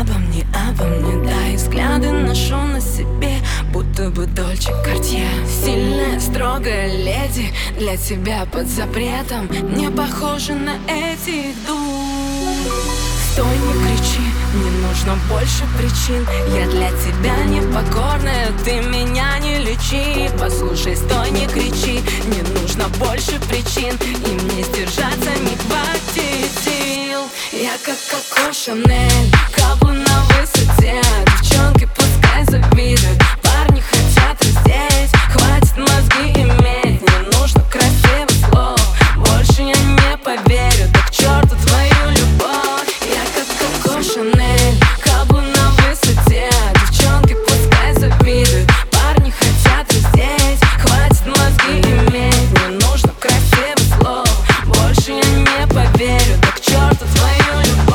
обо мне, да, и взгляды ношу на себе, будто бы Дольче Картье. Сильная, строгая леди, для тебя под запретом, не похожа на этих дум. Стой, не кричи, не нужно больше причин, я для тебя непокорная, ты меня не лечи. Послушай, стой, не кричи, не нужно больше причин, и мне сдержаться не хватит сил. Я как Коко Шанель, каблу на высоте, девчонки пускай завидуют, парни хотят раздеть, хватит мозги иметь, не нужно красивых слов, больше я не поверю, да к черту твою любовь. Я как Коко Шанель, каблу на высоте, девчонки пускай завидуют, парни хотят раздеть, хватит мозги иметь, не нужно красивых слов, больше я не поверю, да к черту твою любовь.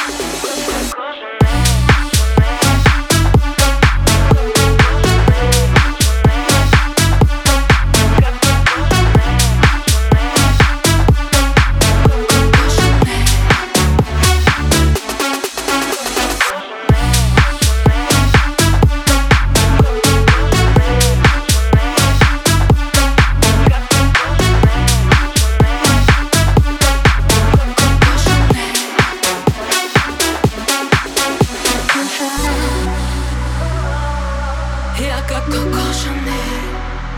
Я как Коко Шанель.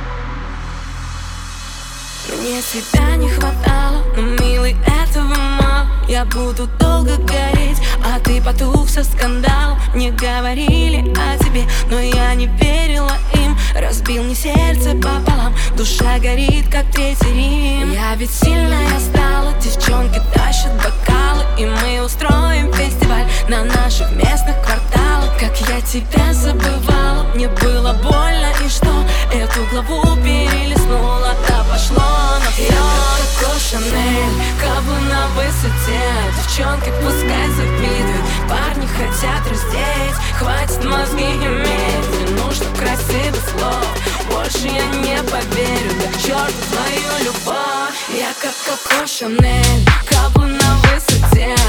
Мне тебя не хватало, но, милый, этого мало. Я буду долго гореть, а ты потух со скандалом. Мне говорили о тебе, но я не верила им. Разбил мне сердце пополам, душа горит, как третий Рим. Я ведь сильная стала, девчонки тащат бокалы, и мы устроим фестиваль на наших местных кварталах. Как я тебя забывала, мне было больно, и что? Эту главу перелистнула, да пошло на всё. Я как Коко Шанель, каблу на высоте, девчонки пускай завидуют, парни хотят раздеть, хватит мозги иметь, не нужно красивых слов, больше я не поверю, да к черту твою любовь. Я как Коко Шанель, каблу на высоте,